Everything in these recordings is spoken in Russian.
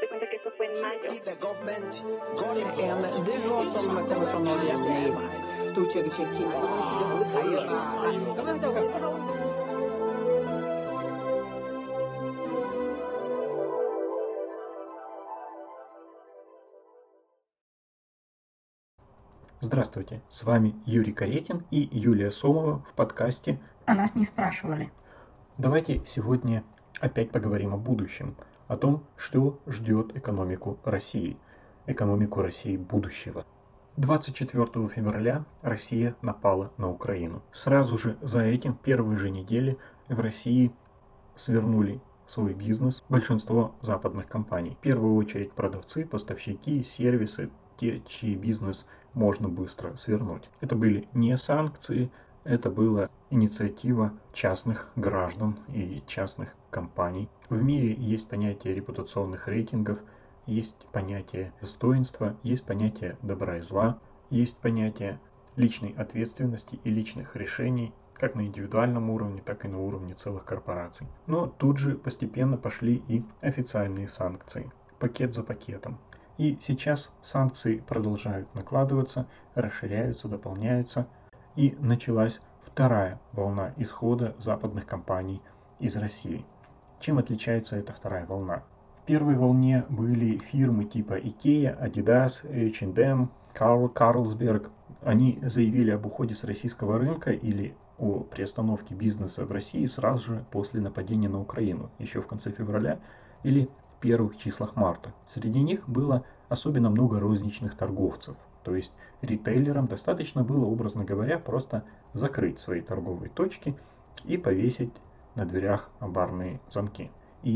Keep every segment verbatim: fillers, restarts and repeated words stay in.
date cuenta que esto fue en mayo. En duo som kommer från Norge med Tuchek Cheki. Здравствуйте, с вами Юрий Каретин и Юлия Сомова в подкасте «А нас не спрашивали». Давайте сегодня опять поговорим о будущем, о том, что ждет экономику России, экономику России будущего. двадцать четвёртого февраля Россия напала на Украину. Сразу же за этим, первые же недели, в России свернули свой бизнес большинство западных компаний. В первую очередь продавцы, поставщики, сервисы, те, чей бизнес можно быстро свернуть. Это были не санкции, это была инициатива частных граждан и частных компаний. В мире есть понятие репутационных рейтингов, есть понятие достоинства, есть понятие добра и зла, есть понятие личной ответственности и личных решений, как на индивидуальном уровне, так и на уровне целых корпораций. Но тут же постепенно пошли и официальные санкции, пакет за пакетом. И сейчас санкции продолжают накладываться, расширяются, дополняются. И началась вторая волна исхода западных компаний из России. Чем отличается эта вторая волна? В первой волне были фирмы типа Ikea, Adidas, эйч энд эм, Karl, Carlsberg. Они заявили об уходе с российского рынка или о приостановке бизнеса в России сразу же после нападения на Украину, еще в конце февраля или в первых числах марта. Среди них было особенно много розничных торговцев. То есть ритейлерам достаточно было, образно говоря, просто закрыть свои торговые точки и повесить на дверях амбарные замки.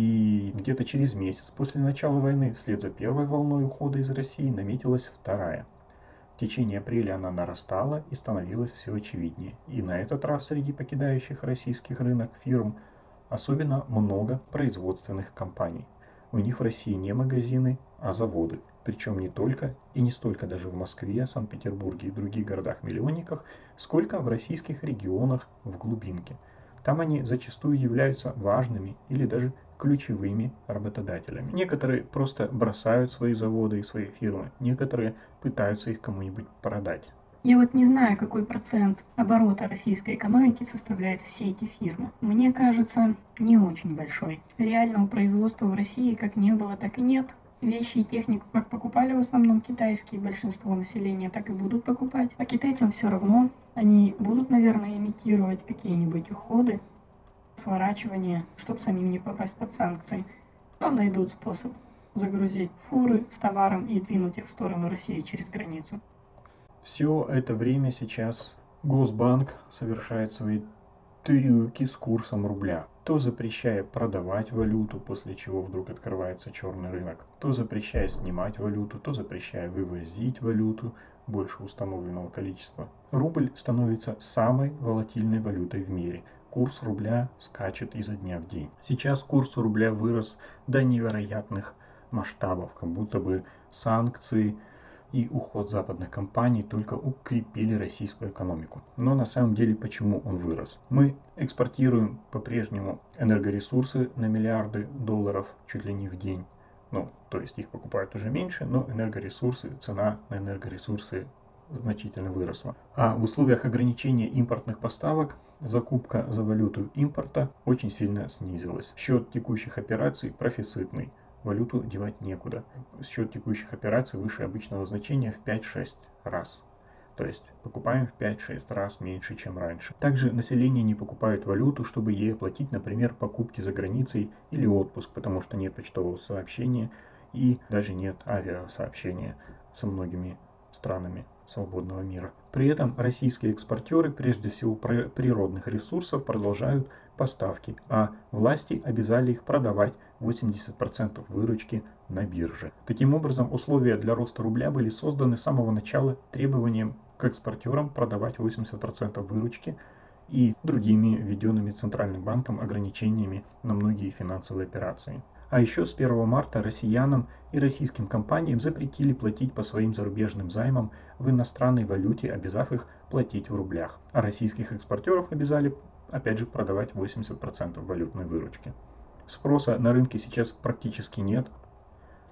И где-то через месяц после начала войны, вслед за первой волной ухода из России, наметилась вторая. В течение апреля она нарастала и становилась все очевиднее. И на этот раз среди покидающих российский рынок фирм особенно много производственных компаний. У них в России не магазины, а заводы. Причем не только и не столько даже в Москве, Санкт-Петербурге и других городах-миллионниках, сколько в российских регионах в глубинке. Там они зачастую являются важными или даже ключевыми работодателями. Некоторые просто бросают свои заводы и свои фирмы, некоторые пытаются их кому-нибудь продать. Я вот не знаю, какой процент оборота российской экономики составляют все эти фирмы. Мне кажется, не очень большой. Реального производства в России как не было, так и нет. Вещи и технику как покупали в основном китайские, большинство населения так и будут покупать. А китайцам все равно. Они будут, наверное, имитировать какие-нибудь уходы, сворачивания, чтобы самим не попасть под санкции. Но найдут способ загрузить фуры с товаром и двинуть их в сторону России через границу. Все это время сейчас Госбанк совершает свои трюки с курсом рубля. То запрещая продавать валюту, после чего вдруг открывается черный рынок, то запрещая снимать валюту, то запрещая вывозить валюту больше установленного количества. Рубль становится самой волатильной валютой в мире. Курс рубля скачет изо дня в день. Сейчас курс рубля вырос до невероятных масштабов, как будто бы санкции и уход западных компаний только укрепили российскую экономику. Но на самом деле почему он вырос? Мы экспортируем по-прежнему энергоресурсы на миллиарды долларов чуть ли не в день. Ну, то есть их покупают уже меньше, но энергоресурсы, цена на энергоресурсы значительно выросла. А в условиях ограничения импортных поставок закупка за валюту импорта очень сильно снизилась. Счет текущих операций профицитный. Валюту девать некуда. Счет текущих операций выше обычного значения в пять-шесть раз. То есть покупаем в пять-шесть раз меньше, чем раньше. Также население не покупает валюту, чтобы ей оплатить, например, покупки за границей или отпуск, потому что нет почтового сообщения и даже нет авиасообщения со многими странами свободного мира. При этом российские экспортеры, прежде всего природных ресурсов, продолжают поставки, а власти обязали их продавать восемьдесят процентов выручки на бирже. Таким образом, условия для роста рубля были созданы с самого начала требованием к экспортерам продавать восемьдесят процентов выручки и другими введенными Центральным банком ограничениями на многие финансовые операции. А еще с первого марта россиянам и российским компаниям запретили платить по своим зарубежным займам в иностранной валюте, обязав их платить в рублях. А российских экспортеров обязали, опять же, продавать восемьдесят процентов валютной выручки. Спроса на рынке сейчас практически нет.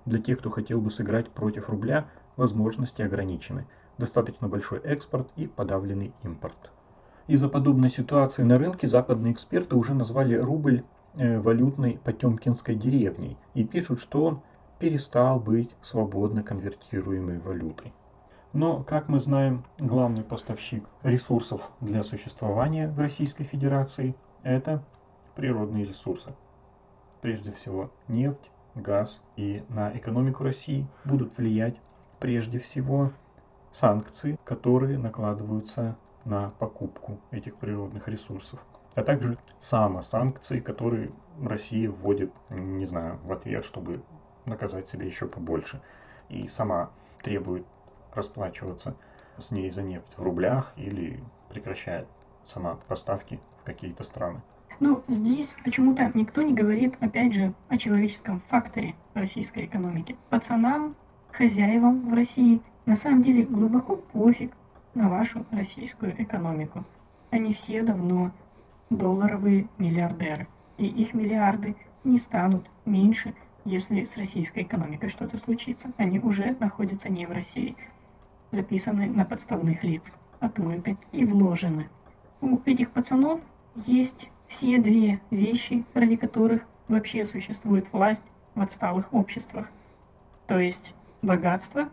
Для тех, кто хотел бы сыграть против рубля, возможности ограничены. Достаточно большой экспорт и подавленный импорт. Из-за подобной ситуации на рынке западные эксперты уже назвали рубль э, валютной потемкинской деревней и пишут, что он перестал быть свободно конвертируемой валютой. Но, как мы знаем, главный поставщик ресурсов для существования в Российской Федерации – это природные ресурсы. Прежде всего нефть, газ, и на экономику России будут влиять прежде всего санкции, которые накладываются на покупку этих природных ресурсов, а также самосанкции, которые Россия вводит, не знаю, в ответ, чтобы наказать себя еще побольше, и сама требует расплачиваться с ней за нефть в рублях или прекращает сама поставки в какие-то страны. Ну, здесь почему-то никто не говорит, опять же, о человеческом факторе российской экономики. Пацанам, хозяевам в России на самом деле глубоко пофиг на вашу российскую экономику. Они все давно долларовые миллиардеры. И их миллиарды не станут меньше, если с российской экономикой что-то случится. Они уже находятся не в России, записаны на подставных лиц, отмыты и вложены. У этих пацанов есть все две вещи, ради которых вообще существует власть в отсталых обществах. То есть богатство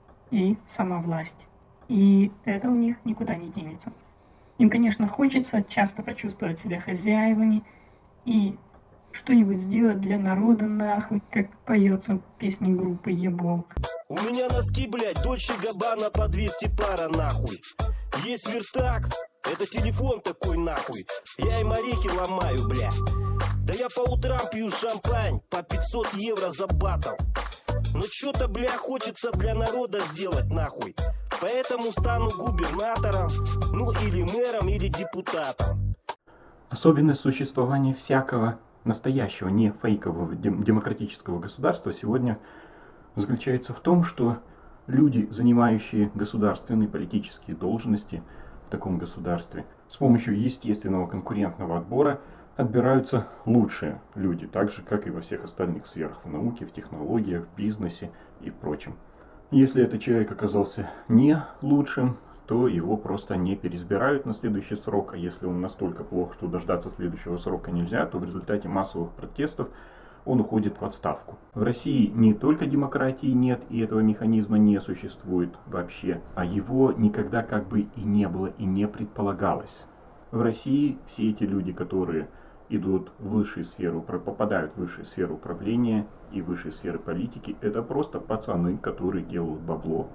и сама власть. И это у них никуда не денется. Им, конечно, хочется часто почувствовать себя хозяевами и что-нибудь сделать для народа нахуй, как поется в песне группы Ебол. У меня носки, блядь, Дольче Габбана по двести пара нахуй. Есть вертак, это телефон такой нахуй. Я им орехи ломаю, бля. Да я по утрам пью шампань по пятьсот евро за батл. Но что-то, бля, хочется для народа сделать нахуй. Поэтому стану губернатором, ну или мэром, или депутатом. Особенность существования всякого настоящего, не фейкового дем- демократического государства сегодня заключается в том, что люди, занимающие государственные политические должности в таком государстве, с помощью естественного конкурентного отбора отбираются лучшие люди, так же, как и во всех остальных сферах, в науке, в технологиях, в бизнесе и прочем. Если этот человек оказался не лучшим, то его просто не переизбирают на следующий срок, а если он настолько плох, что дождаться следующего срока нельзя, то в результате массовых протестов он уходит в отставку. В России не только демократии нет, и этого механизма не существует вообще, а его никогда как бы и не было, и не предполагалось. В России все эти люди, которые идут в высшие сферы, попадают в высшие сферы управления и высшие сферы политики, это просто пацаны, которые делают бабло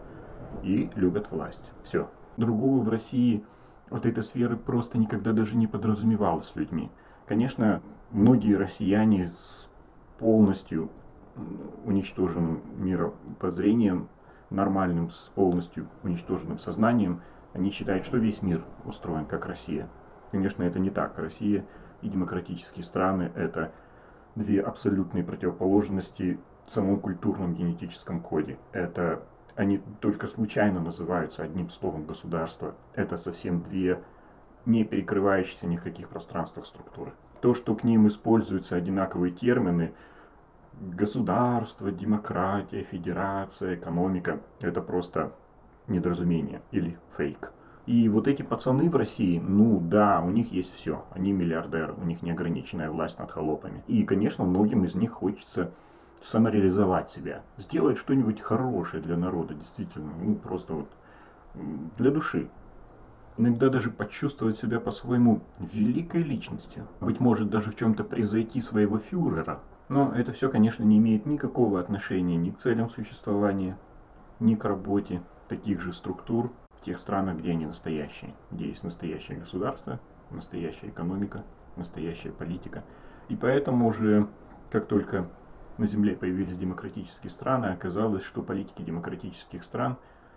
и любят власть. Все. Другого в России вот этой сферы просто никогда даже не подразумевалось людьми. Конечно, многие россияне с полностью уничтоженным мировоззрением, нормальным, с полностью уничтоженным сознанием, они считают, что весь мир устроен как Россия. Конечно, это не так. Россия и демократические страны – это две абсолютные противоположности в самом культурном генетическом коде. Это они только случайно называются одним словом государство. Это совсем две не перекрывающиеся ни в каких пространствах структуры. То, что к ним используются одинаковые термины – государство, демократия, федерация, экономика – это просто недоразумение или фейк. И вот эти пацаны в России, ну да, у них есть все. Они миллиардеры, у них неограниченная власть над холопами. И, конечно, многим из них хочется самореализовать себя. Сделать что-нибудь хорошее для народа, действительно. Ну, просто вот для души. Иногда даже почувствовать себя по-своему великой личностью. Быть может, даже в чем-то превзойти своего фюрера. Но это все, конечно, не имеет никакого отношения ни к целям существования, ни к работе таких же структур в тех странах, где они настоящие, где есть настоящее государство, настоящая экономика, настоящая политика. И поэтому уже, как только на Земле появились демократические страны, оказалось, что политики демократических стран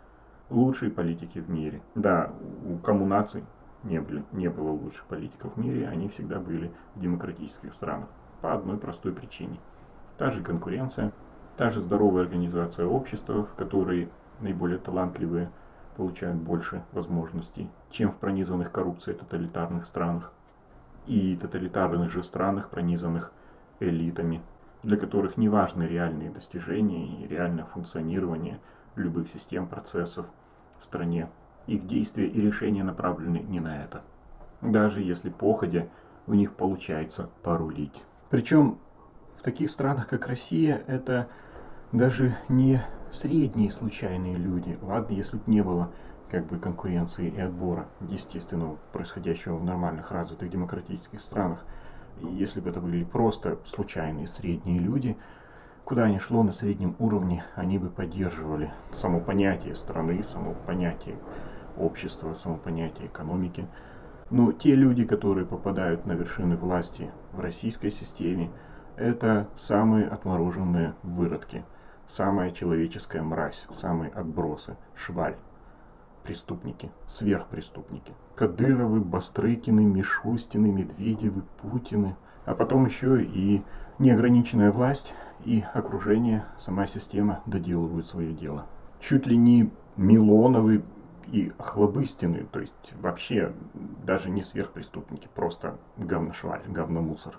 лучшие политики в мире. Да, у коммунаций не, были, не было лучших политиков в мире, они всегда были в демократических странах. По одной простой причине. Та же конкуренция, та же здоровая организация общества, в которой наиболее талантливые получают больше возможностей, чем в пронизанных коррупцией тоталитарных странах. И тоталитарных же странах, пронизанных элитами. для которых не важны реальные достижения и реальное функционирование любых систем, процессов в стране. Их действия и решения направлены не на это. Даже если походя у них получается порулить. Причем в таких странах, как Россия, это даже не средние случайные люди. Ладно, если бы не было как бы конкуренции и отбора естественного, происходящего в нормальных, развитых демократических странах. И если бы это были просто случайные средние люди, куда ни шло на среднем уровне, они бы поддерживали само понятие страны, само понятие общества, само понятие экономики. Но те люди, которые попадают на вершины власти в российской системе, это самые отмороженные выродки, самая человеческая мразь, самые отбросы, шваль, преступники, сверхпреступники. Кадыровы, Бастрыкины, Мишустины, Медведевы, Путины, а потом еще и неограниченная власть и окружение, сама система доделывают свое дело. Чуть ли не Милоновы и Охлобыстины, то есть вообще даже не сверхпреступники, просто говношваль, говномусор,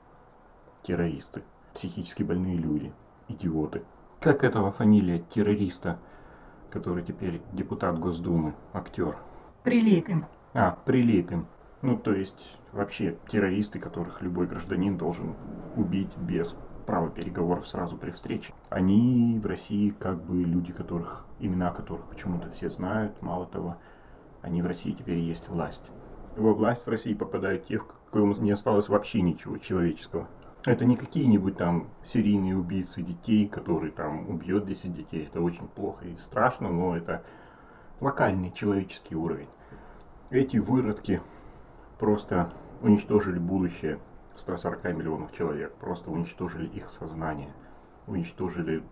террористы, психически больные люди, идиоты. Как этого фамилия террориста, который теперь депутат Госдумы, актер? Прилепин. А, Прилепин. Ну, то есть вообще террористы, которых любой гражданин должен убить без права переговоров сразу при встрече. Они в России как бы люди, которых, имена которых почему-то все знают. Мало того, они в России теперь есть власть. Во власть в России попадают те, в ком не осталось вообще ничего человеческого. Это не какие-нибудь там серийные убийцы детей, которые там убьет десять детей. Это очень плохо и страшно, но это локальный человеческий уровень. Эти выродки просто уничтожили будущее ста сорока миллионов человек. Просто уничтожили их сознание. Уничтожили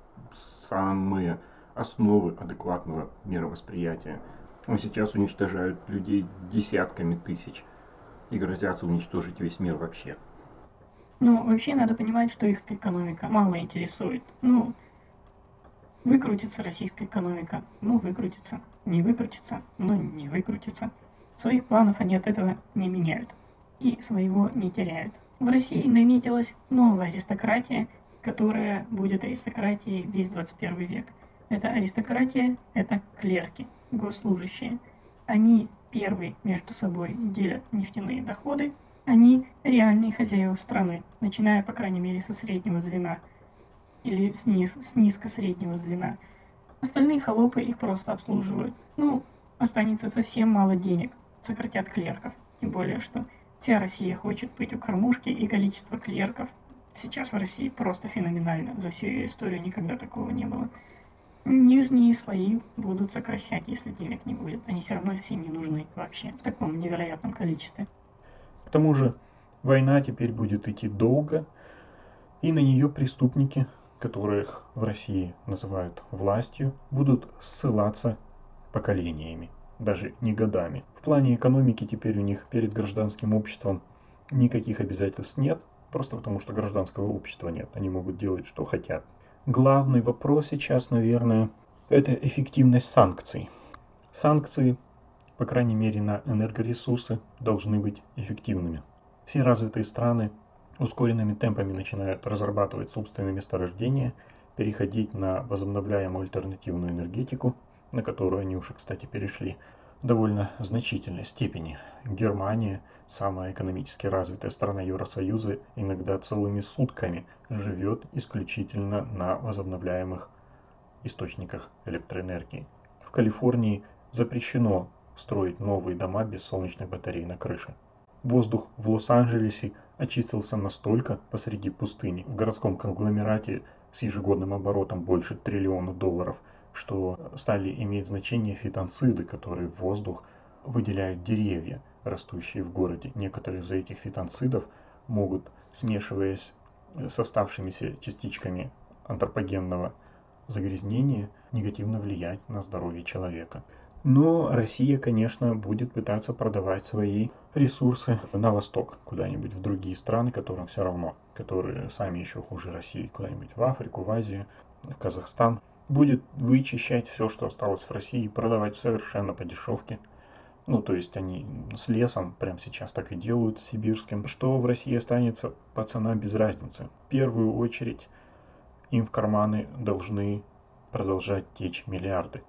самые основы адекватного мировосприятия. Но сейчас уничтожают людей десятками тысяч. И грозятся уничтожить весь мир вообще. Ну, вообще надо понимать, что их экономика мало интересует. Ну, выкрутится российская экономика, ну, выкрутится. Не выкрутится, ну, не выкрутится. Своих планов они от этого не меняют. И своего не теряют. В России наметилась новая аристократия, которая будет аристократией весь двадцать первый век. Эта аристократия – это клерки, госслужащие. Они первые между собой делят нефтяные доходы. Они реальные хозяева страны, начиная, по крайней мере, со среднего звена или с, низ, с низко-среднего звена. Остальные холопы их просто обслуживают. Ну, останется совсем мало денег, сократят клерков. Тем более, что вся Россия хочет быть у кормушки, и количество клерков сейчас в России просто феноменально. За всю ее историю никогда такого не было. Нижние слои будут сокращать, если денег не будет. Они все равно все не нужны вообще в таком невероятном количестве. К тому же война теперь будет идти долго, и на нее преступники, которых в России называют властью, будут ссылаться поколениями, даже не годами. В плане экономики теперь у них перед гражданским обществом никаких обязательств нет, просто потому что гражданского общества нет, они могут делать, что хотят. Главный вопрос сейчас, наверное, это эффективность санкций. Санкции, по крайней мере на энергоресурсы, должны быть эффективными. Все развитые страны ускоренными темпами начинают разрабатывать собственные месторождения, переходить на возобновляемую альтернативную энергетику, на которую они уже, кстати, перешли в довольно значительной степени. Германия, самая экономически развитая страна Евросоюза, иногда целыми сутками живет исключительно на возобновляемых источниках электроэнергии. В Калифорнии запрещено строить новые дома без солнечных батарей на крыше. Воздух в Лос-Анджелесе очистился настолько посреди пустыни, в городском конгломерате с ежегодным оборотом больше триллиона долларов, что стали иметь значение фитонциды, которые в воздух выделяют деревья, растущие в городе. Некоторые из этих фитонцидов могут, смешиваясь с оставшимися частичками антропогенного загрязнения, негативно влиять на здоровье человека. Но Россия, конечно, будет пытаться продавать свои ресурсы на восток, куда-нибудь в другие страны, которым все равно, которые сами еще хуже России, куда-нибудь в Африку, в Азию, в Казахстан. Будет вычищать все, что осталось в России, и продавать совершенно по дешевке. Ну, то есть они с лесом прямо сейчас так и делают, с сибирским. Что в России останется, пацанам без разницы. В первую очередь им в карманы должны продолжать течь миллиарды.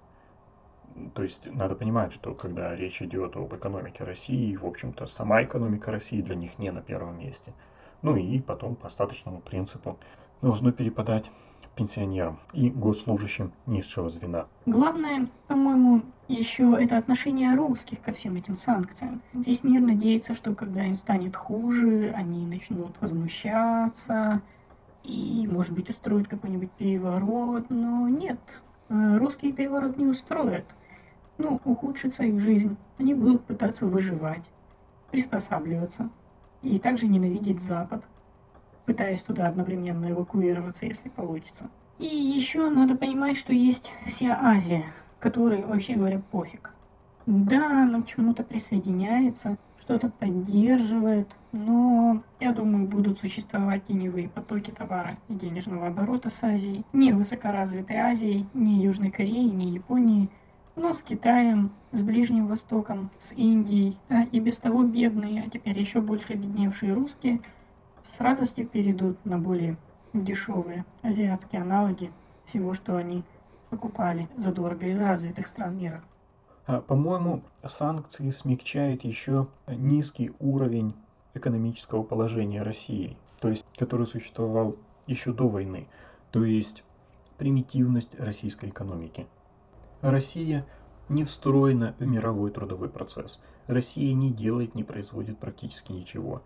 То есть надо понимать, что когда речь идет об экономике России, в общем-то, сама экономика России для них не на первом месте. Ну и потом по остаточному принципу должно перепадать пенсионерам и госслужащим низшего звена. Главное, по-моему, еще это отношение русских ко всем этим санкциям. Весь мир надеется, что когда им станет хуже, они начнут возмущаться и, может быть, устроят какой-нибудь переворот. Но нет, русские переворот не устроят. Ну, ухудшится их жизнь. Они будут пытаться выживать, приспосабливаться и также ненавидеть Запад, пытаясь туда одновременно эвакуироваться, если получится. И еще надо понимать, что есть вся Азия, которой, вообще говоря, пофиг. Да, она к чему-то присоединяется, что-то поддерживает, но, я думаю, будут существовать теневые потоки товара и денежного оборота с Азией. Не высокоразвитой Азией, не Южной Кореей, не Японией, но с Китаем, с Ближним Востоком, с Индией, а и без того бедные, а теперь еще больше обедневшие русские с радостью перейдут на более дешевые азиатские аналоги всего, что они покупали задорого из развитых стран мира. По-моему, санкции смягчает еще низкий уровень экономического положения России, то есть который существовал еще до войны, то есть примитивность российской экономики. Россия не встроена в мировой трудовой процесс. Россия не делает, не производит практически ничего.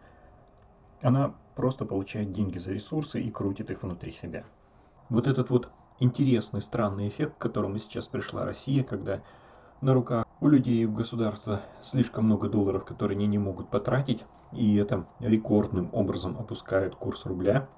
Она просто получает деньги за ресурсы и крутит их внутри себя. Вот этот вот интересный, странный эффект, к которому сейчас пришла Россия, когда на руках у людей и у государства слишком много долларов, которые они не могут потратить, и это рекордным образом опускает курс рубля,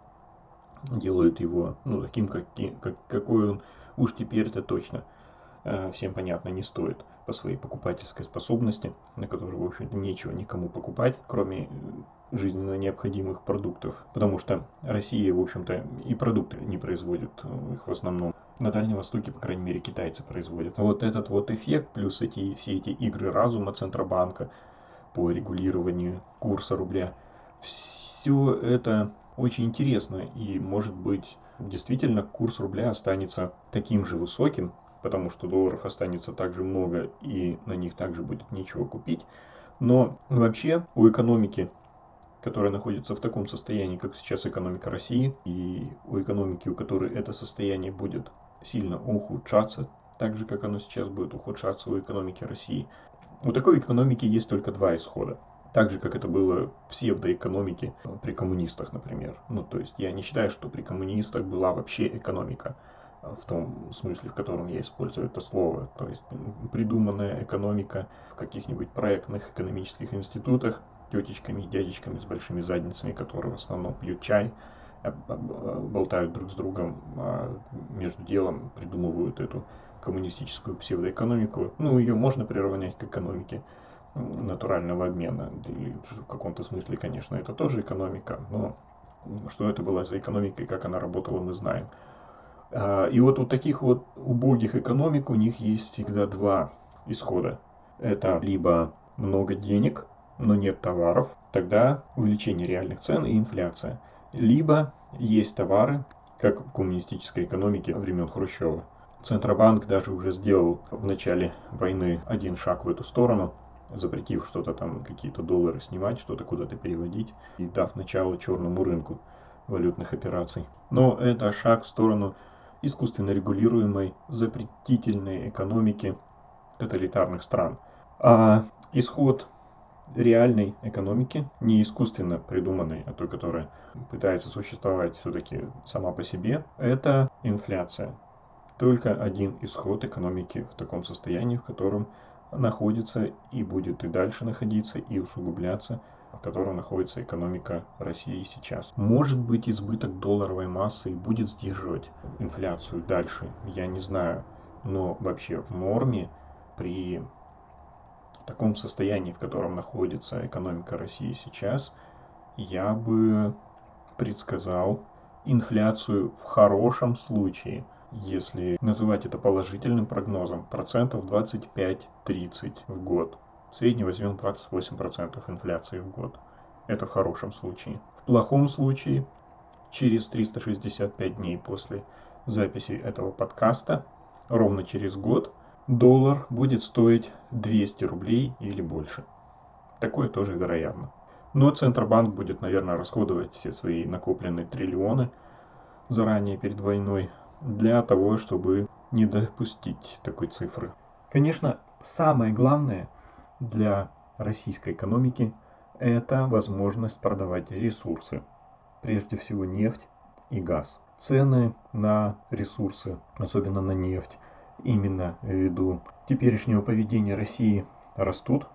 делают его ну, таким, как, как, какой он уж теперь-то точно э, всем понятно не стоит по своей покупательской способности, на которую, в общем-то, нечего никому покупать, кроме жизненно необходимых продуктов, потому что Россия, в общем-то, и продукты не производит, их в основном на Дальнем Востоке, по крайней мере, китайцы производят. Вот этот вот эффект, плюс эти, все эти игры разума Центробанка по регулированию курса рубля, все это очень интересно, и, может быть, действительно курс рубля останется таким же высоким, потому что долларов останется так же много, и на них также будет нечего купить. Но вообще у экономики, которая находится в таком состоянии, как сейчас экономика России, и у экономики, у которой это состояние будет сильно ухудшаться, так же, как оно сейчас будет ухудшаться у экономики России, у такой экономики есть только два исхода. Так же, как это было в псевдоэкономике при коммунистах, например. Ну, то есть я не считаю, что при коммунистах была вообще экономика, в том смысле, в котором я использую это слово. То есть придуманная экономика в каких-нибудь проектных экономических институтах, тетечками и дядечками с большими задницами, которые в основном пьют чай, болтают друг с другом, а между делом придумывают эту коммунистическую псевдоэкономику. Ну, ее можно приравнять к экономике натурального обмена. Или в каком-то смысле, конечно, это тоже экономика, но что это была за экономика и как она работала, мы знаем. И вот у таких вот убогих экономик у них есть всегда два исхода. Это либо много денег, но нет товаров, тогда увеличение реальных цен и инфляция. Либо есть товары, как в коммунистической экономике времен Хрущева. Центробанк даже уже сделал в начале войны один шаг в эту сторону, запретив что-то там, какие-то доллары снимать, что-то куда-то переводить и дав начало черному рынку валютных операций. Но это шаг в сторону искусственно регулируемой запретительной экономики тоталитарных стран. А исход реальной экономики, не искусственно придуманной, а той, которая пытается существовать все-таки сама по себе, это инфляция. Только один исход экономики в таком состоянии, в котором находится и будет и дальше находиться, и усугубляться, в котором находится экономика России сейчас. Может быть, избыток долларовой массы и будет сдерживать инфляцию дальше, я не знаю. Но вообще в норме при таком состоянии, в котором находится экономика России сейчас, я бы предсказал инфляцию в хорошем случае, если называть это положительным прогнозом, процентов двадцать пять-тридцать в год. В среднем возьмем двадцать восемь процентов инфляции в год. Это в хорошем случае. В плохом случае, через триста шестьдесят пять дней после записи этого подкаста, ровно через год, доллар будет стоить двести рублей или больше. Такое тоже вероятно. Но Центробанк будет, наверное, расходовать все свои накопленные триллионы заранее перед войной для того, чтобы не допустить такой цифры. Конечно, самое главное для российской экономики – это возможность продавать ресурсы. Прежде всего нефть и газ. Цены на ресурсы, особенно на нефть, именно ввиду теперешнего поведения России растут.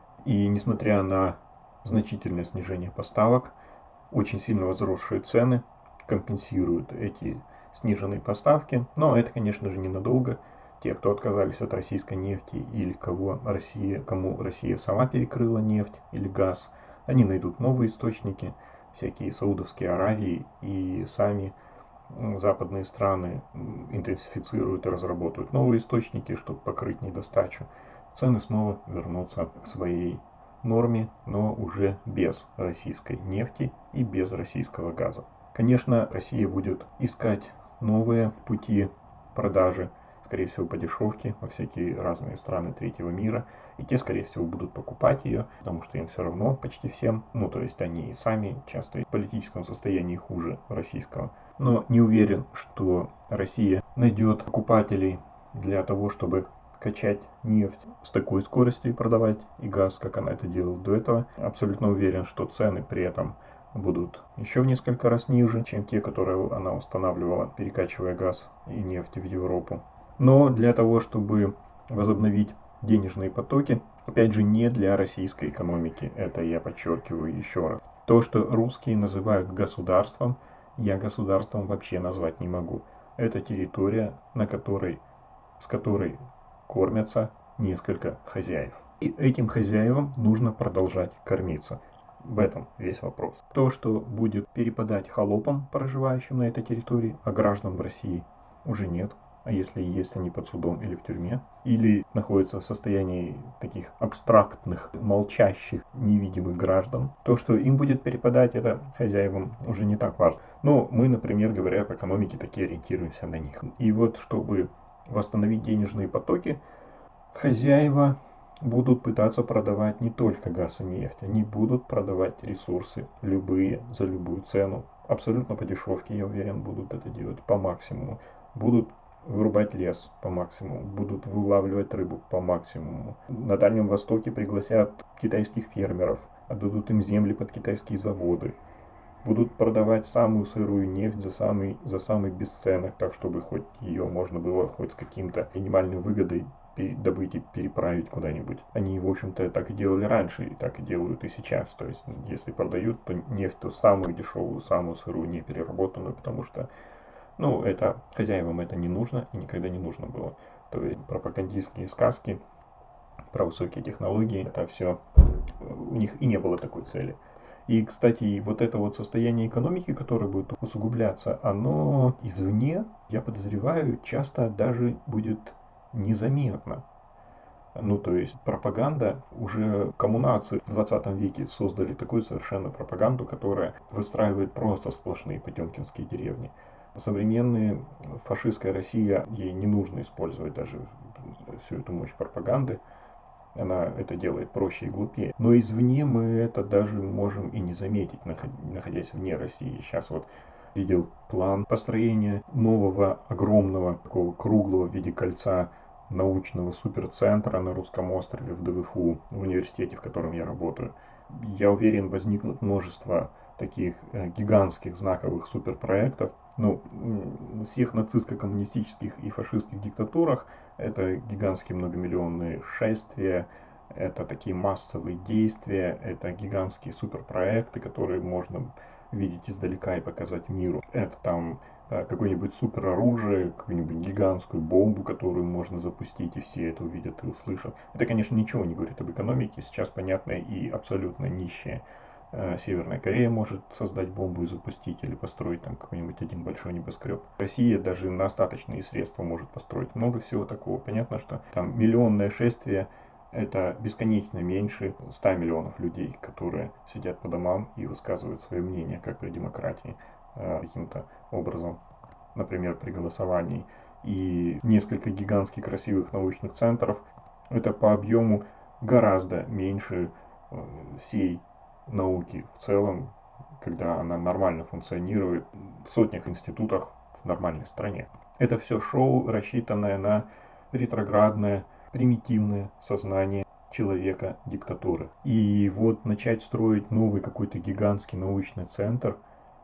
И несмотря на значительное снижение поставок, очень сильно возросшие цены компенсируют эти сниженные поставки. Но это, конечно же, ненадолго. Те, кто отказались от российской нефти или кого Россия, кому Россия сама перекрыла нефть или газ, они найдут новые источники, всякие Саудовские Аравии, и сами западные страны интенсифицируют и разработают новые источники, чтобы покрыть недостачу. Цены снова вернутся к своей норме, но уже без российской нефти и без российского газа. Конечно, Россия будет искать новые пути продажи, скорее всего, по дешевке во всякие разные страны третьего мира. И те, скорее всего, будут покупать ее, потому что им все равно почти всем. Ну, то есть они и сами часто в политическом состоянии хуже российского. Но не уверен, что Россия найдет покупателей для того, чтобы качать нефть с такой скоростью и продавать и газ, как она это делала до этого. Абсолютно уверен, что цены при этом будут еще в несколько раз ниже, чем те, которые она устанавливала, перекачивая газ и нефть в Европу. Но для того, чтобы возобновить денежные потоки, опять же, не для российской экономики, это я подчеркиваю еще раз. То, что русские называют государством, я государством вообще назвать не могу. Это территория, на которой, с которой кормятся несколько хозяев. И этим хозяевам нужно продолжать кормиться. В этом весь вопрос. То, что будет перепадать холопам, проживающим на этой территории, а граждан в России уже нет. А если и есть они под судом или в тюрьме, или находятся в состоянии таких абстрактных, молчащих, невидимых граждан, то, что им будет перепадать, это хозяевам уже не так важно. Но мы, например, говоря об экономике, таки ориентируемся на них. И вот, чтобы восстановить денежные потоки, хозяева будут пытаться продавать не только газ и нефть, они будут продавать ресурсы любые за любую цену. Абсолютно по дешевке, я уверен, будут это делать по максимуму. Будут вырубать лес по максимуму, будут вылавливать рыбу по максимуму. На Дальнем Востоке пригласят китайских фермеров, отдадут им земли под китайские заводы. Будут продавать самую сырую нефть за самый, за самый бесценок, так чтобы хоть ее можно было хоть с каким-то минимальной выгодой добыть и переправить куда-нибудь. Они, в общем-то, так и делали раньше, и так и делают и сейчас. То есть, если продают, то нефть, то самую дешевую, самую сырую, не переработанную, потому что Ну, это хозяевам это не нужно и никогда не нужно было. То есть пропагандистские сказки про высокие технологии, это все, у них и не было такой цели. И, кстати, вот это вот состояние экономики, которое будет усугубляться, оно извне, я подозреваю, часто даже будет незаметно. Ну, то есть пропаганда, уже коммунарцы в двадцатом веке создали такую совершенно пропаганду, которая выстраивает просто сплошные потемкинские деревни. Современная фашистская Россия, ей не нужно использовать даже всю эту мощь пропаганды. Она это делает проще и глупее. Но извне мы это даже можем и не заметить, находясь вне России. Сейчас вот видел план построения нового, огромного, такого круглого в виде кольца научного суперцентра на Русском острове в ДВФУ, в университете, в котором я работаю. Я уверен, возникнут множество таких э, гигантских знаковых суперпроектов. Ну, в всех нацистско-коммунистических и фашистских диктатурах это гигантские многомиллионные шествия, это такие массовые действия, это гигантские суперпроекты, которые можно видеть издалека и показать миру. Это там э, какое-нибудь супероружие, какую-нибудь гигантскую бомбу, которую можно запустить, и все это увидят и услышат. Это, конечно, ничего не говорит об экономике. Сейчас понятно и абсолютно нищая Северная Корея может создать бомбу и запустить, или построить там какой-нибудь один большой небоскреб. Россия даже на остаточные средства может построить много всего такого. Понятно, что там миллионное шествие Это бесконечно меньше ста миллионов людей, которые сидят по домам и высказывают свое мнение, как при демократии, каким-то образом, например, при голосовании. И несколько гигантских красивых научных центров, это по объему гораздо меньше всей науки в целом, когда она нормально функционирует в сотнях институтах в нормальной стране. Это все шоу, рассчитанное на ретроградное, примитивное сознание человека диктатуры. И вот начать строить новый какой-то гигантский научный центр,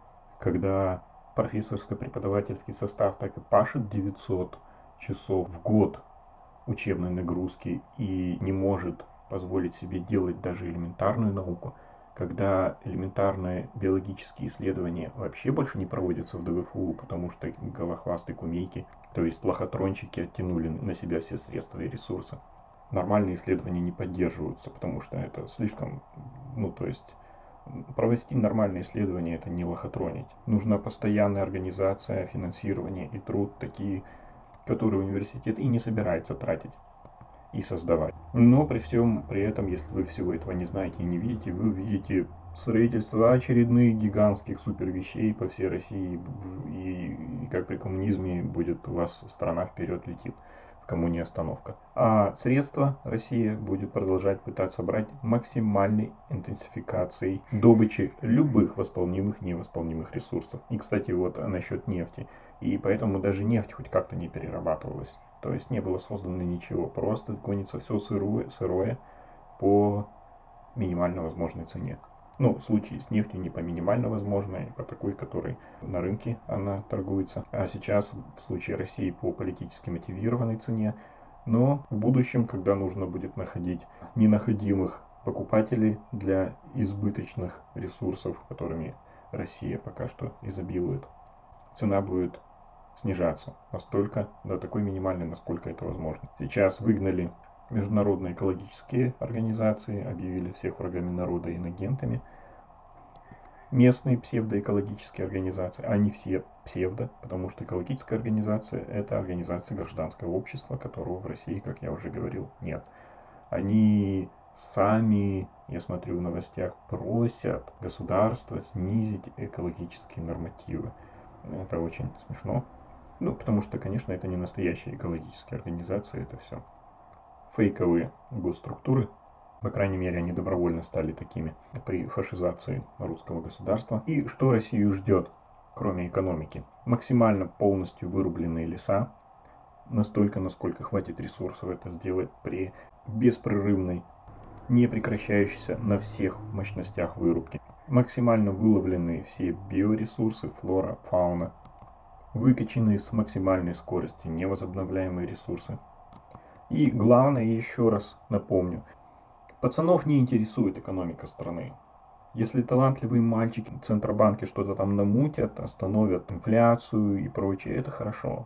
когда профессорско-преподавательский состав так и пашет девятьсот часов в год учебной нагрузки и не может позволить себе делать даже элементарную науку, когда элементарные биологические исследования вообще больше не проводятся в ДВФУ, потому что голохвастые кумейки, то есть лохотрончики, оттянули на себя все средства и ресурсы. Нормальные исследования не поддерживаются, потому что это слишком, ну то есть провести нормальные исследования — это не лохотронить. Нужна постоянная организация, финансирование и труд, такие, которые университет и не собирается тратить и создавать. Но при всем при этом, если вы всего этого не знаете и не видите, вы увидите строительство очередных гигантских супервещей по всей России, и, и как при коммунизме будет у вас страна вперед летит, в коммуне остановка. А средства Россия будет продолжать пытаться брать максимальной интенсификацией добычи любых восполнимых и невосполнимых ресурсов. И, кстати, вот насчет нефти. И поэтому даже нефть хоть как-то не перерабатывалась. То есть не было создано ничего, просто гонится все сырое, сырое по минимально возможной цене. Ну, в случае с нефтью не по минимально возможной, а по такой, которой на рынке она торгуется. А сейчас в случае России по политически мотивированной цене. Но в будущем, когда нужно будет находить ненаходимых покупателей для избыточных ресурсов, которыми Россия пока что изобилует, цена будет снижаться настолько, до такой минимальной, насколько это возможно. Сейчас выгнали международные экологические организации, объявили всех врагами народа и инагентами. Местные псевдоэкологические организации, они все псевдо, потому что экологическая организация — это организация гражданского общества, которого в России, как я уже говорил, нет. Они сами, я смотрю в новостях, просят государство снизить экологические нормативы. Это очень смешно. Ну, потому что, конечно, это не настоящие экологические организации, это все фейковые госструктуры. По крайней мере, они добровольно стали такими при фашизации русского государства. И что Россию ждет, кроме экономики? Максимально полностью вырубленные леса, настолько, насколько хватит ресурсов это сделать при беспрерывной, не прекращающейся на всех мощностях вырубки. Максимально выловленные все биоресурсы, флора, фауна, выкачанные с максимальной скоростью невозобновляемые ресурсы. И главное, еще раз напомню, пацанов не интересует экономика страны. Если талантливые мальчики в Центробанке что-то там намутят, остановят инфляцию и прочее, это хорошо.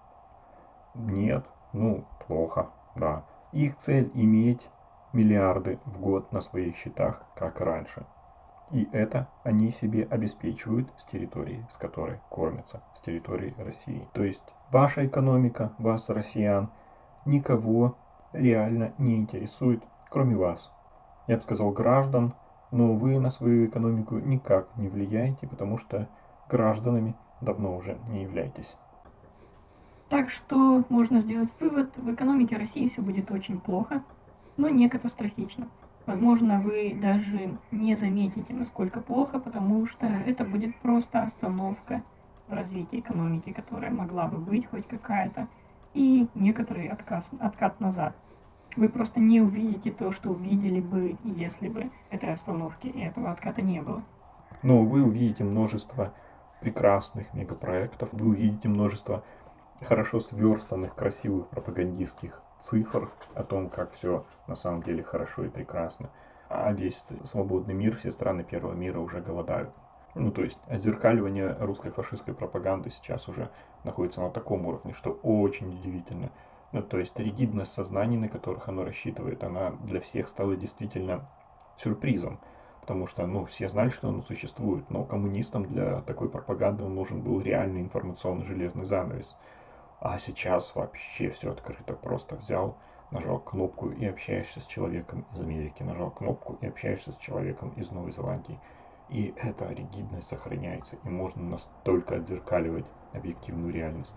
Нет, ну, плохо, да. Их цель иметь миллиарды в год на своих счетах, как раньше. И это они себе обеспечивают с территории, с которой кормятся, с территории России. То есть ваша экономика, вас, россиян, никого реально не интересует, кроме вас. Я бы сказал, граждан, но вы на свою экономику никак не влияете, потому что гражданами давно уже не являетесь. Так что можно сделать вывод: в экономике России все будет очень плохо, но не катастрофично. Возможно, вы даже не заметите, насколько плохо, потому что это будет просто остановка в развитии экономики, которая могла бы быть хоть какая-то, и некоторый отказ, откат назад. Вы просто не увидите то, что увидели бы, если бы этой остановки и этого отката не было. Но вы увидите множество прекрасных мегапроектов, вы увидите множество хорошо сверстанных, красивых пропагандистских цифр о том, как все на самом деле хорошо и прекрасно. А весь свободный мир, все страны первого мира уже голодают. Ну, то есть, отзеркаливание русской фашистской пропаганды сейчас уже находится на таком уровне, что очень удивительно. Ну, то есть, ригидность сознаний, на которых оно рассчитывает, она для всех стала действительно сюрпризом. Потому что, ну, все знали, что оно существует, но коммунистам для такой пропаганды нужен был реальный информационный железный занавес. А сейчас вообще все открыто. Просто взял, нажал кнопку и общаешься с человеком из Америки, нажал кнопку и общаешься с человеком из Новой Зеландии. И эта ригидность сохраняется, и можно настолько отзеркаливать объективную реальность.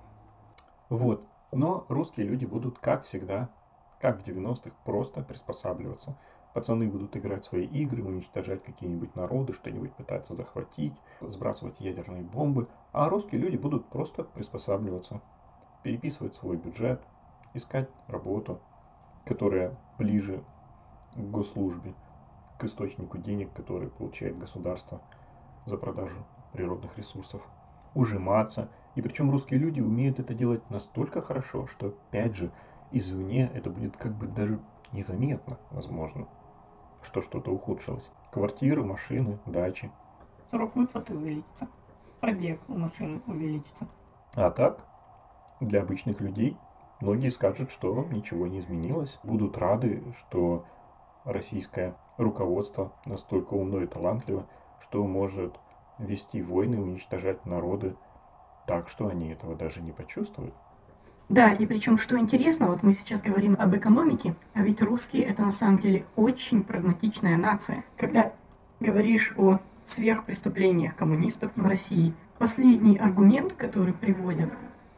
Вот. Но русские люди будут, как всегда, как в девяностых, просто приспосабливаться. Пацаны будут играть в свои игры, уничтожать какие-нибудь народы, что-нибудь пытаться захватить, сбрасывать ядерные бомбы. А русские люди будут просто приспосабливаться, переписывать свой бюджет, искать работу, которая ближе к госслужбе, к источнику денег, который получает государство за продажу природных ресурсов, ужиматься. И причем русские люди умеют это делать настолько хорошо, что, опять же, извне это будет как бы даже незаметно, возможно, что что-то ухудшилось. Квартиры, машины, дачи. Срок выплаты увеличится, пробег у машины увеличится. А так, для обычных людей многие скажут, что ничего не изменилось. Будут рады, что российское руководство настолько умно и талантливо, что может вести войны, уничтожать народы так, что они этого даже не почувствуют. Да, и причем, что интересно, вот мы сейчас говорим об экономике, а ведь русские это на самом деле очень прагматичная нация. Когда говоришь о сверхпреступлениях коммунистов в России, последний аргумент, который приводят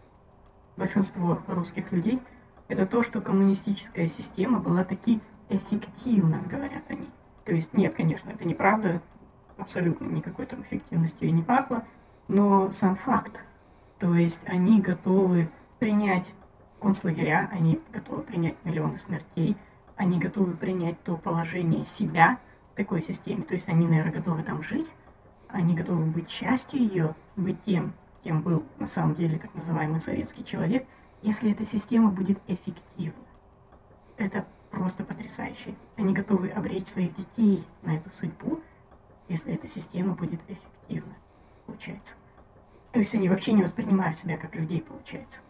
большинство русских людей, это то, что коммунистическая система была таки эффективна, говорят они. То есть, нет, конечно, это неправда, абсолютно никакой там эффективностью и не пахло, но сам факт. То есть, они готовы принять концлагеря, они готовы принять миллионы смертей, они готовы принять то положение себя в такой системе. То есть, они, наверное, готовы там жить, они готовы быть частью ее, быть тем, кем был на самом деле так называемый советский человек, если эта система будет эффективна. Это просто потрясающе. Они готовы обречь своих детей на эту судьбу, если эта система будет эффективна, получается. То есть они вообще не воспринимают себя как людей, получается.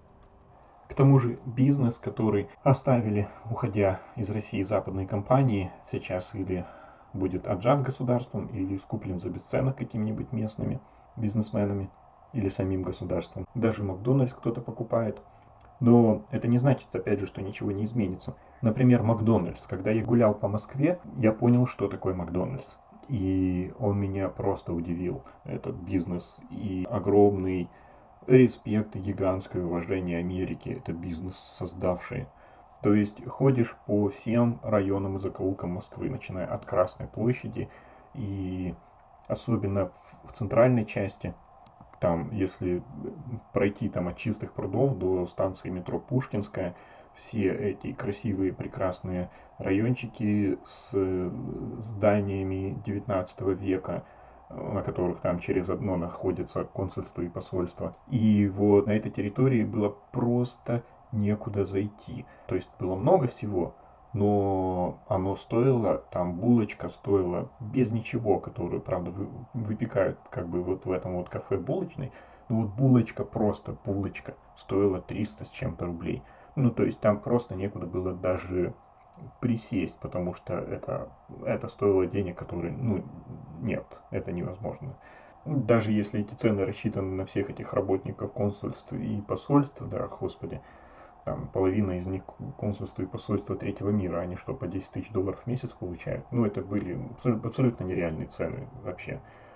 К тому же бизнес, который оставили, уходя из России, западные компании, сейчас или будет отжат государством, или скуплен за бесценок какими-нибудь местными бизнесменами, или самим государством. Даже Макдональдс кто-то покупает. Но это не значит, опять же, что ничего не изменится. Например, Макдональдс. Когда я гулял по Москве, я понял, что такое Макдональдс. И он меня просто удивил. Этот бизнес и огромный респект и гигантское уважение Америки. Это бизнес, создавший. То есть ходишь по всем районам и закоулкам Москвы, начиная от Красной площади и особенно в, в центральной части. Там, если пройти там от Чистых прудов до станции метро Пушкинская, все эти красивые, прекрасные райончики с зданиями девятнадцатого века, на которых там через одно находится консульство и посольство. И вот на этой территории было просто некуда зайти. То есть было много всего, но оно стоило, там булочка стоила без ничего, которую, правда, выпекают как бы вот в этом вот кафе булочной. Ну вот булочка, просто булочка, стоила триста с чем-то рублей. Ну то есть там просто некуда было даже присесть, потому что это, это стоило денег, которые, ну нет, это невозможно. Даже если эти цены рассчитаны на всех этих работников консульств и посольств, да, господи, там половина из них консульства и посольства третьего мира, они что, по десять тысяч долларов в месяц получают? Ну, это были абсолютно, абсолютно нереальные цены вообще.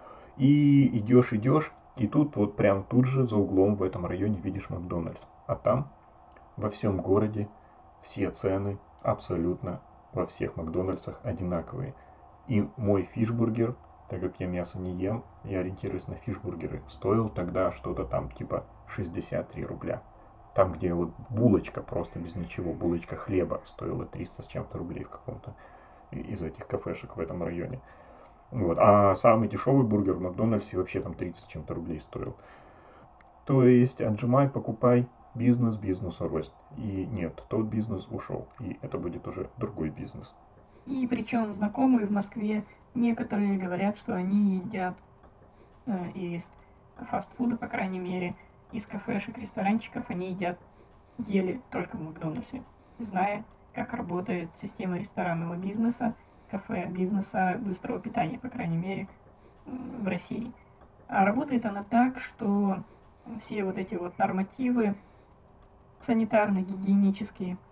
И идешь, идешь, и тут вот прям тут же за углом в этом районе видишь Макдональдс. А там во всем городе все цены абсолютно во всех Макдональдсах одинаковые. И мой фишбургер, так как я мясо не ем, я ориентируюсь на фишбургеры, стоил тогда что-то там типа шестьдесят три рубля. Там, где вот булочка просто без ничего, булочка хлеба стоила триста с чем-то рублей в каком-то из этих кафешек в этом районе. Вот. А самый дешевый бургер в Макдональдсе вообще там тридцать с чем-то рублей стоил. То есть отжимай, покупай, бизнес бизнесу рост. И нет, тот бизнес ушел, и это будет уже другой бизнес. И причем знакомые в Москве некоторые говорят, что они едят э, из фастфуда, по крайней мере, из кафешек, ресторанчиков, они едят, ели только в Макдональдсе, зная, как работает система ресторанного бизнеса, кафе, бизнеса, быстрого питания, по крайней мере, в России. А работает она так, что все вот эти вот нормативы санитарно-гигиенические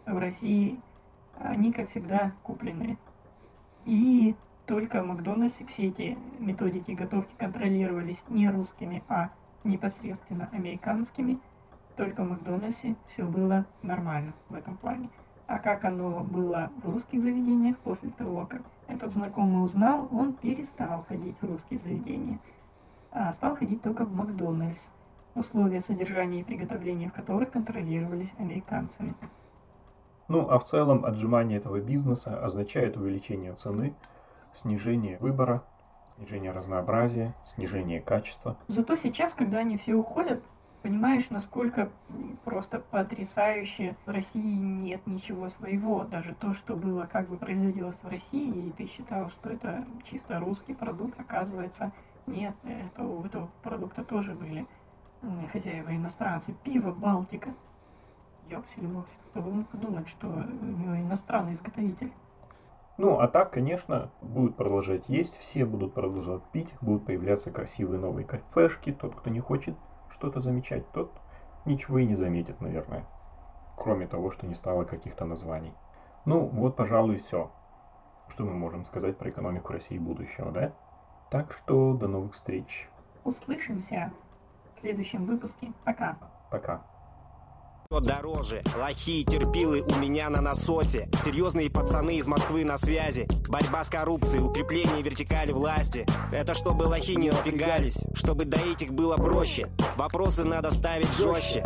в России, они, как всегда, куплены. И только в Макдональдсе все эти методики готовки контролировались не русскими, а непосредственно американскими. Только в Макдональдсе все было нормально в этом плане. А как оно было в русских заведениях после того, как этот знакомый узнал, он перестал ходить в русские заведения, а стал ходить только в Макдональдс, условия содержания и приготовления в которых контролировались американцами. Ну, а в целом отжимание этого бизнеса означает увеличение цены, снижение выбора, снижение разнообразия, снижение качества. Зато сейчас, когда они все уходят, понимаешь, насколько просто потрясающе в России нет ничего своего. Даже то, что было как бы производилось в России, и ты считал, что это чисто русский продукт, оказывается, нет, это, у этого продукта тоже были хозяева иностранцы. Пиво Балтика. Ёпсель-мопсель, кто бы мог подумать, что у него иностранный изготовитель. Ну, а так, конечно, будут продолжать есть, все будут продолжать пить, будут появляться красивые новые кафешки. Тот, кто не хочет что-то замечать, тот ничего и не заметит, наверное. Кроме того, что не стало каких-то названий. Ну, вот, пожалуй, все, что мы можем сказать про экономику России будущего, да? Так что до новых встреч. Услышимся в следующем выпуске. Пока. Пока. Дороже, лохи и терпилы у меня на насосе. Серьезные пацаны из Москвы на связи. Борьба с коррупцией, укрепление вертикали власти. Это чтобы лохи не напрягались, чтобы доить их было проще. Вопросы надо ставить жестче.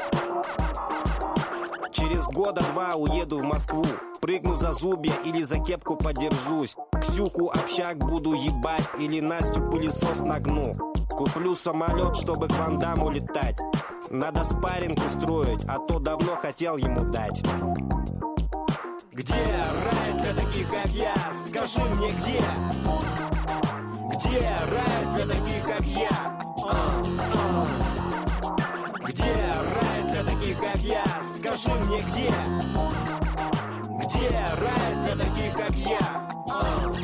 Через года два уеду в Москву. Прыгну за зубья или за кепку подержусь. Ксюху общак буду ебать или Настю пылесос нагну. Куплю самолет, чтобы к Ван Дамму летать. Надо спарринг устроить, а то давно хотел ему дать. Где рай для таких, как я? Скажи мне, где? Где рай для таких, как я? А, а. Где рай для таких, как я? Скажи мне, где? Где рай для таких, как я? А.